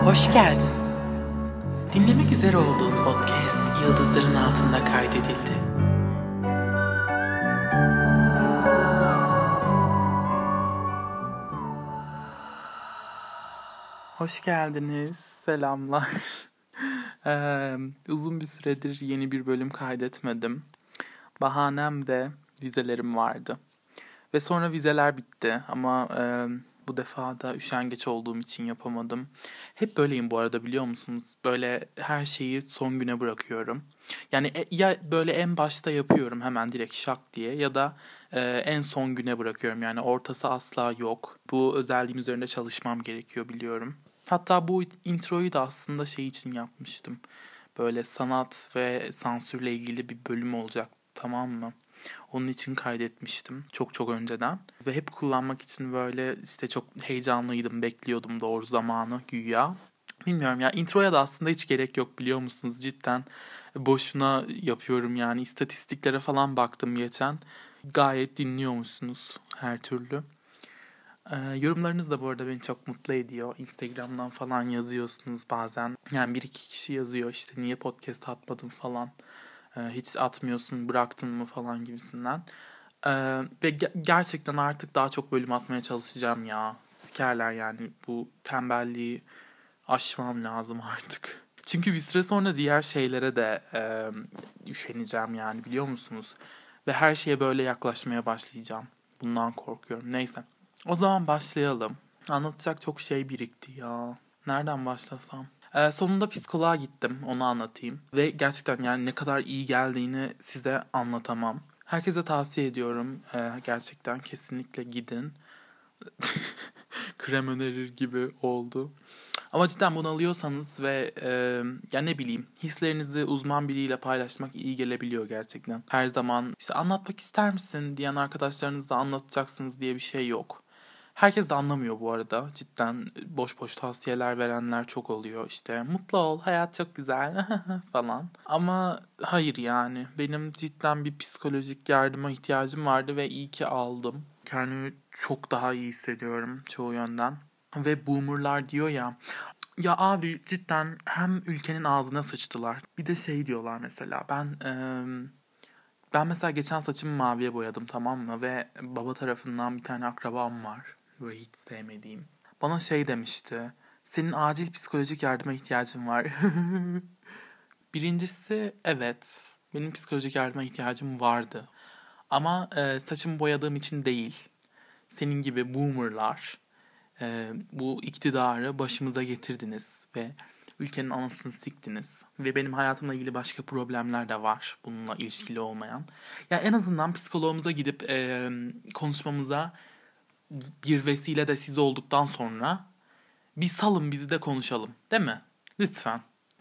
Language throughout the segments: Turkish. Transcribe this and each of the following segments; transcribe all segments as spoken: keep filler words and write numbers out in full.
Hoş geldin. Dinlemek üzere olduğun podcast yıldızların altında kaydedildi. Hoş geldiniz. Selamlar. ee, uzun bir süredir yeni bir bölüm kaydetmedim. Bahanem de vizelerim vardı. Ve sonra vizeler bitti ama e, bu defa da üşengeç olduğum için yapamadım. Hep böyleyim bu arada, biliyor musunuz? Böyle her şeyi son güne bırakıyorum. Yani e, ya böyle en başta yapıyorum hemen direkt şak diye, ya da e, en son güne bırakıyorum. Yani ortası asla yok. Bu özelliğim üzerinde çalışmam gerekiyor, biliyorum. Hatta bu introyu da aslında şey için yapmıştım. Böyle sanat ve sansürle ilgili bir bölüm olacak, tamam mı? Onun için kaydetmiştim çok çok önceden. Ve hep kullanmak için böyle işte çok heyecanlıydım, bekliyordum doğru zamanı güya. Bilmiyorum ya, introya da aslında hiç gerek yok, biliyor musunuz? Cidden boşuna yapıyorum yani. İstatistiklere falan baktım geçen. Gayet dinliyormuşsunuz her türlü. Ee, yorumlarınız da bu arada beni çok mutlu ediyor. Instagram'dan falan yazıyorsunuz bazen. Yani bir iki kişi yazıyor işte, niye podcast atmadın falan. Ee, hiç atmıyorsun, bıraktın mı falan gibisinden. Ee, ve ge- gerçekten artık daha çok bölüm atmaya çalışacağım ya. Sikerler yani, bu tembelliği aşmam lazım artık. Çünkü bir süre sonra diğer şeylere de e, üşeneceğim yani, biliyor musunuz? Ve her şeye böyle yaklaşmaya başlayacağım. Bundan korkuyorum. Neyse. O zaman başlayalım. Anlatacak çok şey birikti ya. Nereden başlasam? Ee, sonunda psikoloğa gittim. Onu anlatayım. Ve gerçekten yani ne kadar iyi geldiğini size anlatamam. Herkese tavsiye ediyorum. Ee, gerçekten kesinlikle gidin. Krem önerir gibi oldu. Ama cidden bunalıyorsanız ve e, ya ne bileyim, hislerinizi uzman biriyle paylaşmak iyi gelebiliyor gerçekten. Her zaman işte anlatmak ister misin diyen arkadaşlarınızla anlatacaksınız diye bir şey yok. Herkes de anlamıyor bu arada. Cidden boş boş tavsiyeler verenler çok oluyor. İşte mutlu ol, hayat çok güzel falan. Ama hayır yani. Benim cidden bir psikolojik yardıma ihtiyacım vardı ve iyi ki aldım. Kendimi çok daha iyi hissediyorum çoğu yönden. Ve boomerlar diyor ya. Ya abi cidden hem ülkenin ağzına sıçtılar. Bir de şey diyorlar mesela. Ben eee, ben mesela geçen saçımı maviye boyadım, tamam mı? Ve baba tarafından bir tane akrabam var. Böyle hiç sevmediğim. Bana şey demişti. Senin acil psikolojik yardıma ihtiyacın var. Birincisi evet. Benim psikolojik yardıma ihtiyacım vardı. Ama e, saçımı boyadığım için değil. Senin gibi boomerlar e, bu iktidarı başımıza getirdiniz ve ülkenin anasını siktiniz. Ve benim hayatımla ilgili başka problemler de var bununla ilişkili olmayan. Ya en azından psikoloğumuza gidip e, konuşmamıza bir vesile de siz olduktan sonra bir salın bizi de konuşalım, değil mi? Lütfen.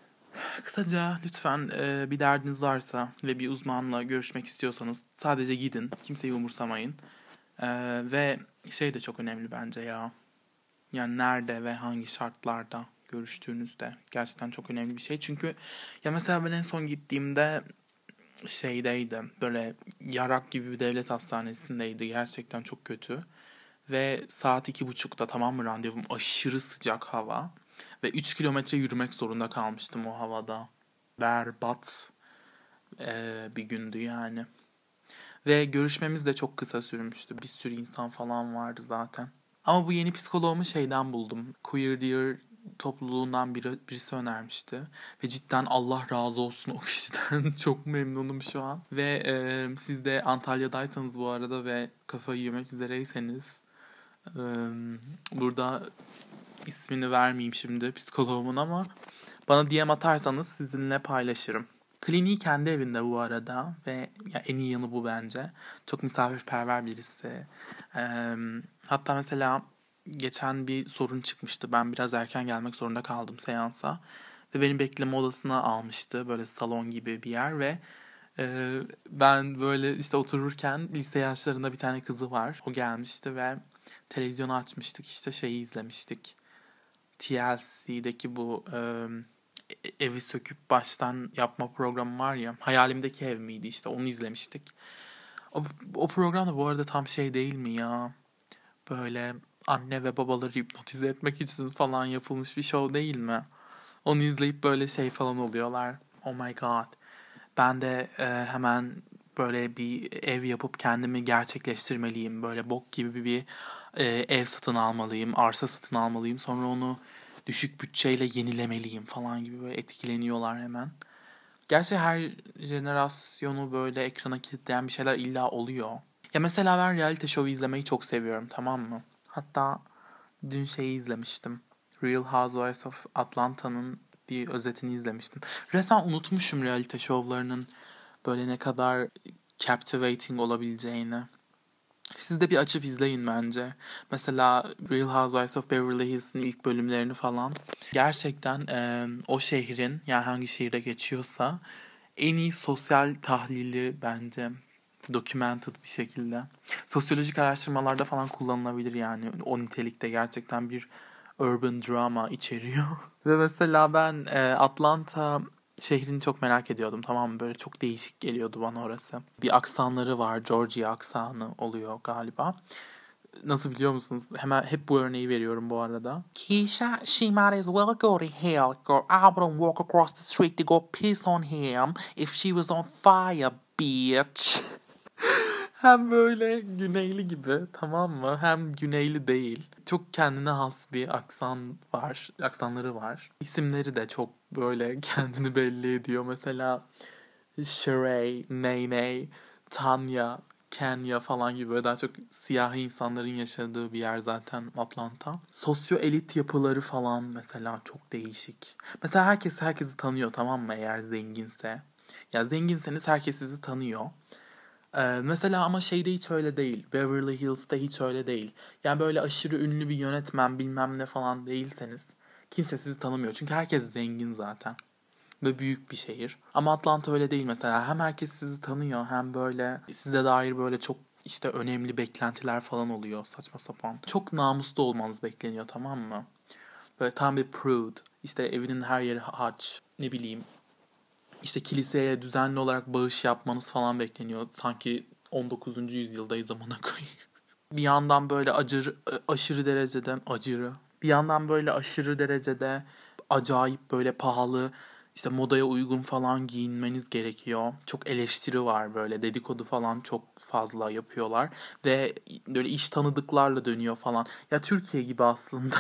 Kısaca lütfen e, bir derdiniz varsa ve bir uzmanla görüşmek istiyorsanız sadece gidin. Kimseyi umursamayın. E, ve şey de çok önemli bence ya. Yani nerede ve hangi şartlarda görüştüğünüzde gerçekten çok önemli bir şey. Çünkü ya mesela ben en son gittiğimde şeydeydi. Böyle yarak gibi bir devlet hastanesindeydi. Gerçekten çok kötü. Ve saat iki buçukta, tamam mı, randevum, aşırı sıcak hava. Ve üç kilometre yürümek zorunda kalmıştım o havada. Berbat ee, bir gündü yani. Ve görüşmemiz de çok kısa sürmüştü. Bir sürü insan falan vardı zaten. Ama bu yeni psikoloğumu şeyden buldum. Queer Dear topluluğundan biri, birisi önermişti. Ve cidden Allah razı olsun o kişiden. Çok memnunum şu an. Ve e, siz de Antalya'daysanız bu arada ve kafayı yemek üzereyseniz, e, burada ismini vermeyeyim şimdi psikoloğumun, ama bana D M atarsanız sizinle paylaşırım. Kliniği kendi evinde bu arada ve ya en iyi yanı bu bence. Çok misafirperver birisi. Ee, hatta mesela geçen bir sorun çıkmıştı. Ben biraz erken gelmek zorunda kaldım seansa. Ve beni bekleme odasına almıştı. Böyle salon gibi bir yer ve e, ben böyle işte otururken lise yaşlarında bir tane kızı var. O gelmişti ve televizyonu açmıştık. İşte şeyi izlemiştik. T L C'deki bu e, evi söküp baştan yapma programı var ya. Hayalimdeki ev miydi işte, onu izlemiştik. O, o program da bu arada tam şey değil mi ya? Böyle anne ve babaları hipnotize etmek için falan yapılmış bir show değil mi? Onu izleyip böyle şey falan oluyorlar. Oh my god. Ben de e, hemen böyle bir ev yapıp kendimi gerçekleştirmeliyim. Böyle bok gibi bir e, ev satın almalıyım, arsa satın almalıyım. Sonra onu düşük bütçeyle yenilemeliyim falan gibi böyle etkileniyorlar hemen. Gerçi her jenerasyonu böyle ekrana kilitleyen bir şeyler illa oluyor. Ya mesela ben reality show izlemeyi çok seviyorum, tamam mı? Hatta dün şeyi izlemiştim. Real Housewives of Atlanta'nın bir özetini izlemiştim. Resmen unutmuşum reality show'larının böyle ne kadar captivating olabileceğini. Siz de bir açıp izleyin bence. Mesela Real Housewives of Beverly Hills'in ilk bölümlerini falan. Gerçekten e, o şehrin, yani hangi şehirde geçiyorsa en iyi sosyal tahlili bence documented bir şekilde. Sosyolojik araştırmalarda falan kullanılabilir yani. O nitelikte gerçekten bir urban drama içeriyor. Ve mesela ben e, Atlanta şehrini çok merak ediyordum, tamam mı? Böyle çok değişik geliyordu bana orası. Bir aksanları var. Georgia aksanı oluyor galiba. Nasıl biliyor musunuz? Hemen hep bu örneği veriyorum bu arada. Keisha, she might as well go to hell, girl. I wouldn't walk across the street to go piss on him if she was on fire, bitch. Hem böyle güneyli gibi, tamam mı? Hem güneyli değil. Çok kendine has bir aksan var. Aksanları var. İsimleri de çok böyle kendini belli ediyor. Mesela Sheree, Nene, Tanya, Kenya falan gibi böyle daha çok siyahi insanların yaşadığı bir yer zaten Atlanta. Sosyo elit yapıları falan mesela çok değişik. Mesela herkes herkesi tanıyor, tamam mı, eğer zenginse. Ya zenginseniz herkes sizi tanıyor. Ee, mesela ama şeyde hiç öyle değil. Beverly Hills'te hiç öyle değil. Yani böyle aşırı ünlü bir yönetmen bilmem ne falan değilseniz kimse sizi tanımıyor. Çünkü herkes zengin zaten. Ve büyük bir şehir. Ama Atlanta öyle değil mesela. Hem herkes sizi tanıyor hem böyle size dair böyle çok işte önemli beklentiler falan oluyor, saçma sapan. Çok namuslu olmanız bekleniyor, tamam mı? Böyle tam bir prude. İşte evinin her yeri haç. Ne bileyim. İşte kiliseye düzenli olarak bağış yapmanız falan bekleniyor. Sanki on dokuzuncu yüzyıldayız amına koyayım. Bir yandan böyle acır, aşırı derecede acırı. Bir yandan böyle aşırı derecede acayip böyle pahalı, işte modaya uygun falan giyinmeniz gerekiyor. Çok eleştiri var, böyle dedikodu falan çok fazla yapıyorlar. Ve böyle iş tanıdıklarla dönüyor falan. Ya Türkiye gibi aslında.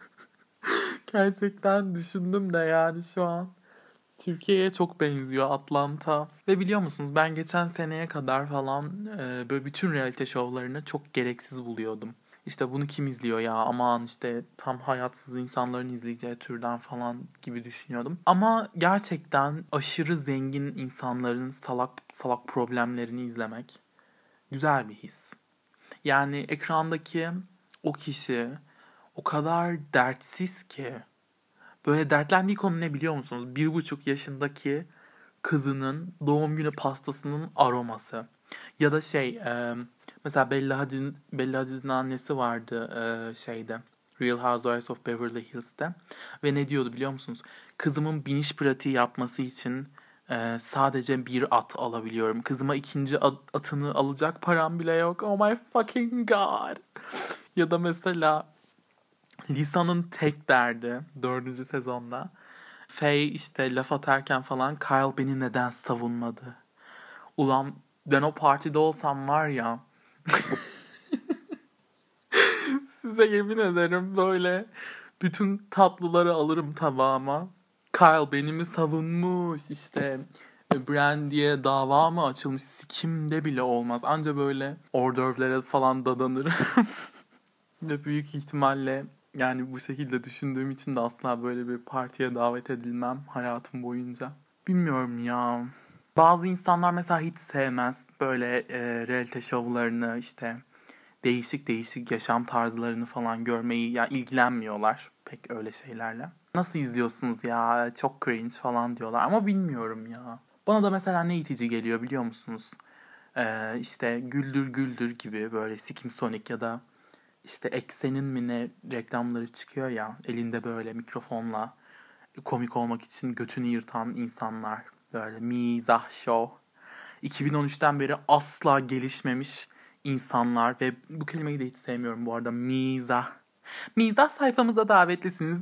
Gerçekten düşündüm de yani şu an. Türkiye'ye çok benziyor Atlanta. Ve biliyor musunuz, ben geçen seneye kadar falan e, böyle bütün reality şovlarını çok gereksiz buluyordum. İşte bunu kim izliyor ya, aman işte tam hayatsız insanların izleyeceği türden falan gibi düşünüyordum. Ama gerçekten aşırı zengin insanların salak salak problemlerini izlemek güzel bir his. Yani ekrandaki o kişi o kadar dertsiz ki. Böyle dertlendiği konu ne biliyor musunuz? Bir buçuk yaşındaki kızının doğum günü pastasının aroması. Ya da şey e, mesela Bella Hadid'in Bella Hadid'in annesi vardı e, şeyde Real Housewives of Beverly Hills'te. Ve ne diyordu biliyor musunuz? Kızımın biniş pratiği yapması için e, sadece bir at alabiliyorum. Kızıma ikinci at, atını alacak param bile yok. Oh my fucking god. Ya da mesela Lisa'nın tek derdi dördüncü sezonda. Faye işte laf atarken falan Kyle beni neden savunmadı? Ulan ben o partide olsam var ya, size yemin ederim böyle bütün tatlıları alırım tabağıma. Kyle beni mi savunmuş, işte Brandy'ye dava mı açılmış, sikimde bile olmaz. Anca böyle ordörlere falan dadanırım. Ve büyük ihtimalle yani bu şekilde düşündüğüm için de asla böyle bir partiye davet edilmem hayatım boyunca. Bilmiyorum ya. Bazı insanlar mesela hiç sevmez böyle e, reality şovlarını, işte değişik değişik yaşam tarzlarını falan görmeyi, ya ilgilenmiyorlar pek öyle şeylerle. Nasıl izliyorsunuz ya, çok cringe falan diyorlar ama bilmiyorum ya. Bana da mesela ne itici geliyor biliyor musunuz? Ee, işte Güldür Güldür gibi böyle Sikim Sonic ya da işte Eksen'in mi ne reklamları çıkıyor ya, elinde böyle mikrofonla komik olmak için götünü yırtan insanlar, böyle mizah show. iki bin on üçten beri asla gelişmemiş insanlar ve bu kelimeyi de hiç sevmiyorum bu arada, mizah. Mizah sayfamıza davetlisiniz.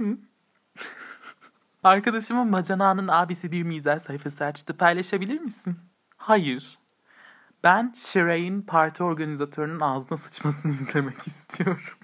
Arkadaşımın bacanağının abisi bir mizah sayfası açtı. Paylaşabilir misin? Hayır. Ben Shireen parti organizatörünün ağzına sıçmasını izlemek istiyorum.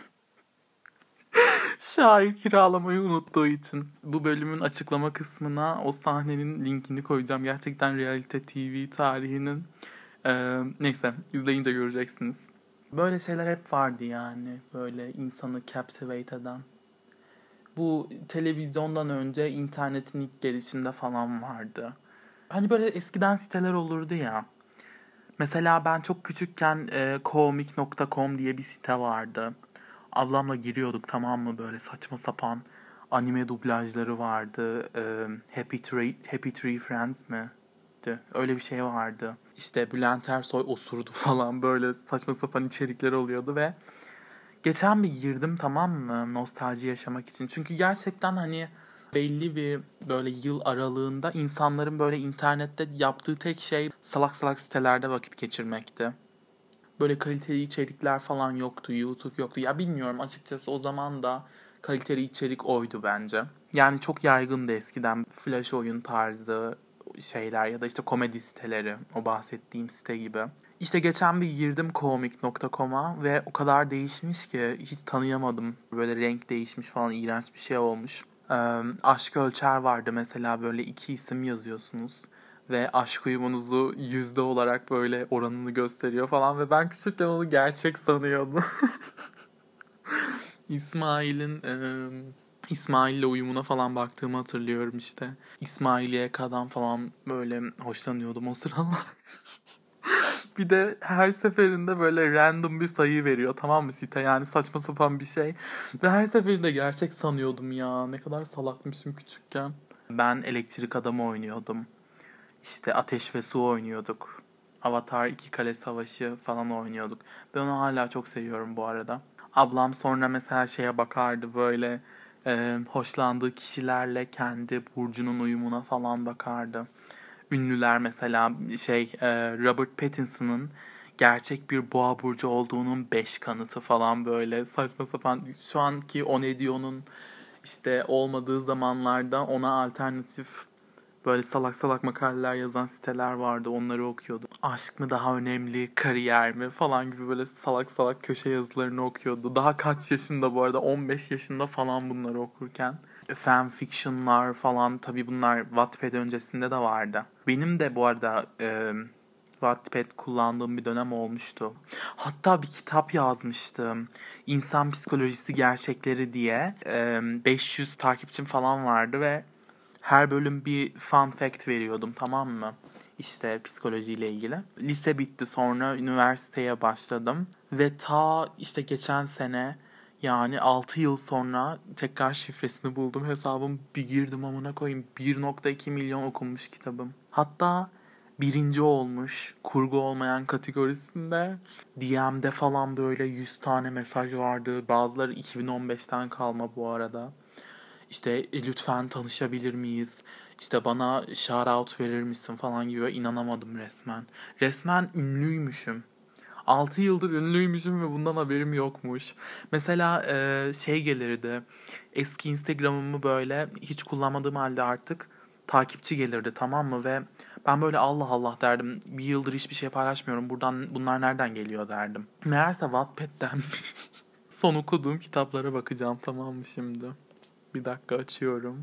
Şair kiralamayı unuttuğu için. Bu bölümün açıklama kısmına o sahnenin linkini koyacağım. Gerçekten realite T V tarihinin. Ee, neyse, izleyince göreceksiniz. Böyle şeyler hep vardı yani. Böyle insanı captivate eden. Bu televizyondan önce internetin ilk gelişinde falan vardı. Hani böyle eskiden siteler olurdu ya. Mesela ben çok küçükken e, komik nokta com diye bir site vardı. Ablamla giriyorduk, tamam mı, böyle saçma sapan anime dublajları vardı. E, Happy Tree, Happy Tree Friends mi? Öyle bir şey vardı. İşte Bülent Ersoy osurdu falan, böyle saçma sapan içerikler oluyordu ve geçen bir girdim, tamam mı, nostalji yaşamak için. Çünkü gerçekten hani belli bir böyle yıl aralığında insanların böyle internette yaptığı tek şey salak salak sitelerde vakit geçirmekti. Böyle kaliteli içerikler falan yoktu, YouTube yoktu. Ya bilmiyorum, açıkçası o zaman da kaliteli içerik oydu bence. Yani çok yaygındı eskiden flash oyun tarzı şeyler ya da işte komedi siteleri, o bahsettiğim site gibi. İşte geçen bir girdim komik nokta com'a ve o kadar değişmiş ki hiç tanıyamadım. Böyle renk değişmiş falan, iğrenç bir şey olmuş. Ee, aşk ölçer vardı mesela, böyle iki isim yazıyorsunuz ve aşk uyumunuzu yüzde olarak böyle oranını gösteriyor falan ve ben küçükken onu gerçek sanıyordum. İsmail'in e, İsmail'le uyumuna falan baktığımı hatırlıyorum işte. İsmail Y K'dan falan böyle hoşlanıyordum o sıralar. Bir de her seferinde böyle random bir sayı veriyor, tamam mı, site, yani saçma sapan bir şey. Ve her seferinde gerçek sanıyordum ya. Ne kadar salakmışım küçükken. Ben elektrik adamı oynuyordum. İşte ateş ve su oynuyorduk. Avatar iki Kale Savaşı falan oynuyorduk. Ben onu hala çok seviyorum bu arada. Ablam sonra mesela şeye bakardı, böyle e, hoşlandığı kişilerle kendi burcunun uyumuna falan bakardı. Ünlüler mesela şey e, Robert Pattinson'ın gerçek bir boğa burcu olduğunun beş kanıtı falan, böyle saçma sapan. Şu anki O Ne Diyor'nun işte olmadığı zamanlarda ona alternatif böyle salak salak makaleler yazan siteler vardı, onları okuyordum. Aşk mı daha önemli, kariyer mi falan gibi böyle salak salak köşe yazılarını okuyordu. Daha kaç yaşında bu arada, on beş yaşında falan bunları okurken. Fanfiction'lar falan, tabii bunlar Wattpad öncesinde de vardı. Benim de bu arada e, Wattpad kullandığım bir dönem olmuştu. Hatta bir kitap yazmıştım. İnsan Psikolojisi Gerçekleri diye. E, beş yüz takipçim falan vardı ve her bölüm bir fun fact veriyordum, tamam mı? İşte psikolojiyle ilgili. Lise bitti, sonra üniversiteye başladım. Ve ta işte geçen sene, yani altı yıl sonra tekrar şifresini buldum. Hesabım, bir girdim amına koyayım. bir nokta iki milyon okunmuş kitabım. Hatta birinci olmuş kurgu olmayan kategorisinde. D M'de falan böyle yüz tane mesaj vardı. Bazıları iki bin on beşten kalma bu arada. İşte e, lütfen tanışabilir miyiz? İşte bana shout out verir misin falan gibi. İnanamadım resmen. Resmen ünlüymüşüm. altı yıldır ünlüymüşüm ve bundan haberim yokmuş. Mesela e, şey gelirdi. Eski Instagram'ımı böyle hiç kullanmadığım halde artık takipçi gelirdi, tamam mı? Ve ben böyle Allah Allah derdim. Bir yıldır hiçbir şey paylaşmıyorum. Buradan bunlar nereden geliyor derdim. Meğerse Wattpad'denmiş. Son okuduğum kitaplara bakacağım, tamam mı şimdi? Bir dakika, açıyorum.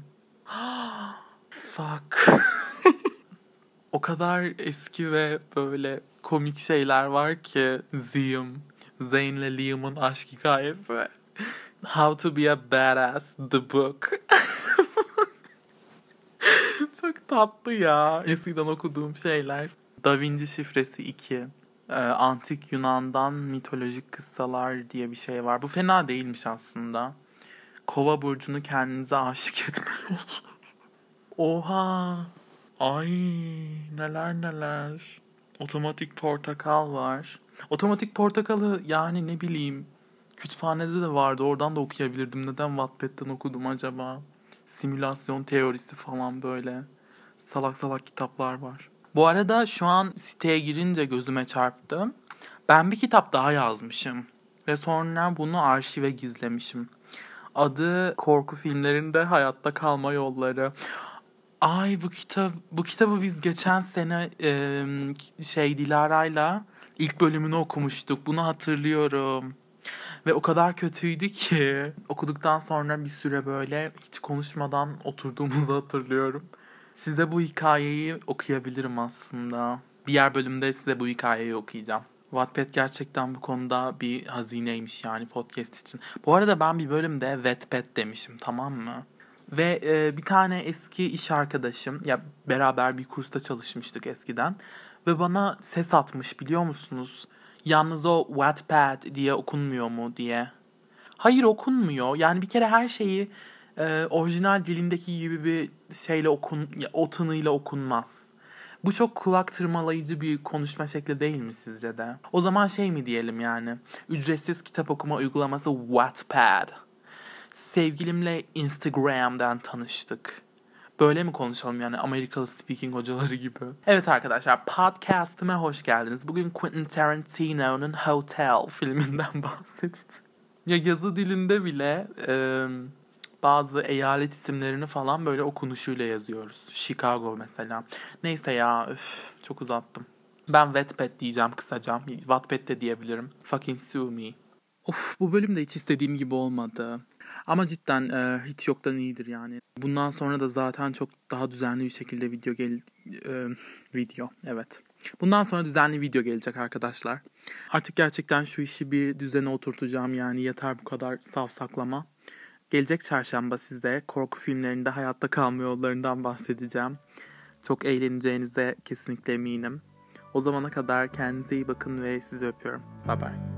Fuck. O kadar eski ve böyle komik şeyler var ki. Ziam. Zayn'le Liam'ın aşk hikayesi. How to be a Badass, the book. Çok tatlı ya. Eskiden okuduğum şeyler. Da Vinci Şifresi iki. Ee, Antik Yunan'dan mitolojik kıssalar diye bir şey var. Bu fena değilmiş aslında. Kova burcunu kendinize aşık etmeli. Oha. Ay, neler neler. Otomatik portakal var. Otomatik portakalı yani ne bileyim, kütüphanede de vardı, oradan da okuyabilirdim. Neden Wattpad'den okudum acaba? Simülasyon teorisi falan, böyle salak salak kitaplar var. Bu arada şu an siteye girince gözüme çarptı. Ben bir kitap daha yazmışım. Ve sonra bunu arşive gizlemişim. Adı Korku Filmlerinde Hayatta Kalma Yolları. Ay bu kitap bu kitabı biz geçen sene e, şey Dilara'yla ilk bölümünü okumuştuk. Bunu hatırlıyorum. Ve o kadar kötüydü ki okuduktan sonra bir süre böyle hiç konuşmadan oturduğumuzu hatırlıyorum. Size bu hikayeyi okuyabilirim aslında. Diğer bölümde size bu hikayeyi okuyacağım. Wattpad gerçekten bu konuda bir hazineymiş yani podcast için. Bu arada ben bir bölümde Wattpad demişim, tamam mı? Ve e, bir tane eski iş arkadaşım, ya beraber bir kursta çalışmıştık eskiden. Ve bana ses atmış, biliyor musunuz? Yalnız o Wattpad diye okunmuyor mu diye. Hayır, okunmuyor. Yani bir kere her şeyi e, orijinal dilindeki gibi bir şeyle okun, o tınıyla okunmaz. Bu çok kulak tırmalayıcı bir konuşma şekli değil mi sizce de? O zaman şey mi diyelim yani? Ücretsiz kitap okuma uygulaması Wattpad. Sevgilimle Instagram'dan tanıştık. Böyle mi konuşalım yani, Amerikalı speaking hocaları gibi? Evet arkadaşlar, podcast'ime hoş geldiniz. Bugün Quentin Tarantino'nun Hotel filminden bahsedeceğim. Ya yazı dilinde bile e, bazı eyalet isimlerini falan böyle okunuşuyla yazıyoruz. Chicago mesela. Neyse ya, üf, çok uzattım. Ben Wattpad diyeceğim kısaca. Wattpad de diyebilirim. Fucking sue me. Of, bu bölüm de hiç istediğim gibi olmadı. Ama cidden e, hiç yoktan iyidir yani. Bundan sonra da zaten çok daha düzenli bir şekilde video gel e, video evet. Bundan sonra düzenli video gelecek arkadaşlar. Artık gerçekten şu işi bir düzene oturtacağım yani, yeter bu kadar savsaklama. Gelecek çarşamba size korku filmlerinde hayatta kalma yollarından bahsedeceğim. Çok eğleneceğinize kesinlikle eminim. O zamana kadar kendinize iyi bakın ve sizi öpüyorum. Bye bye.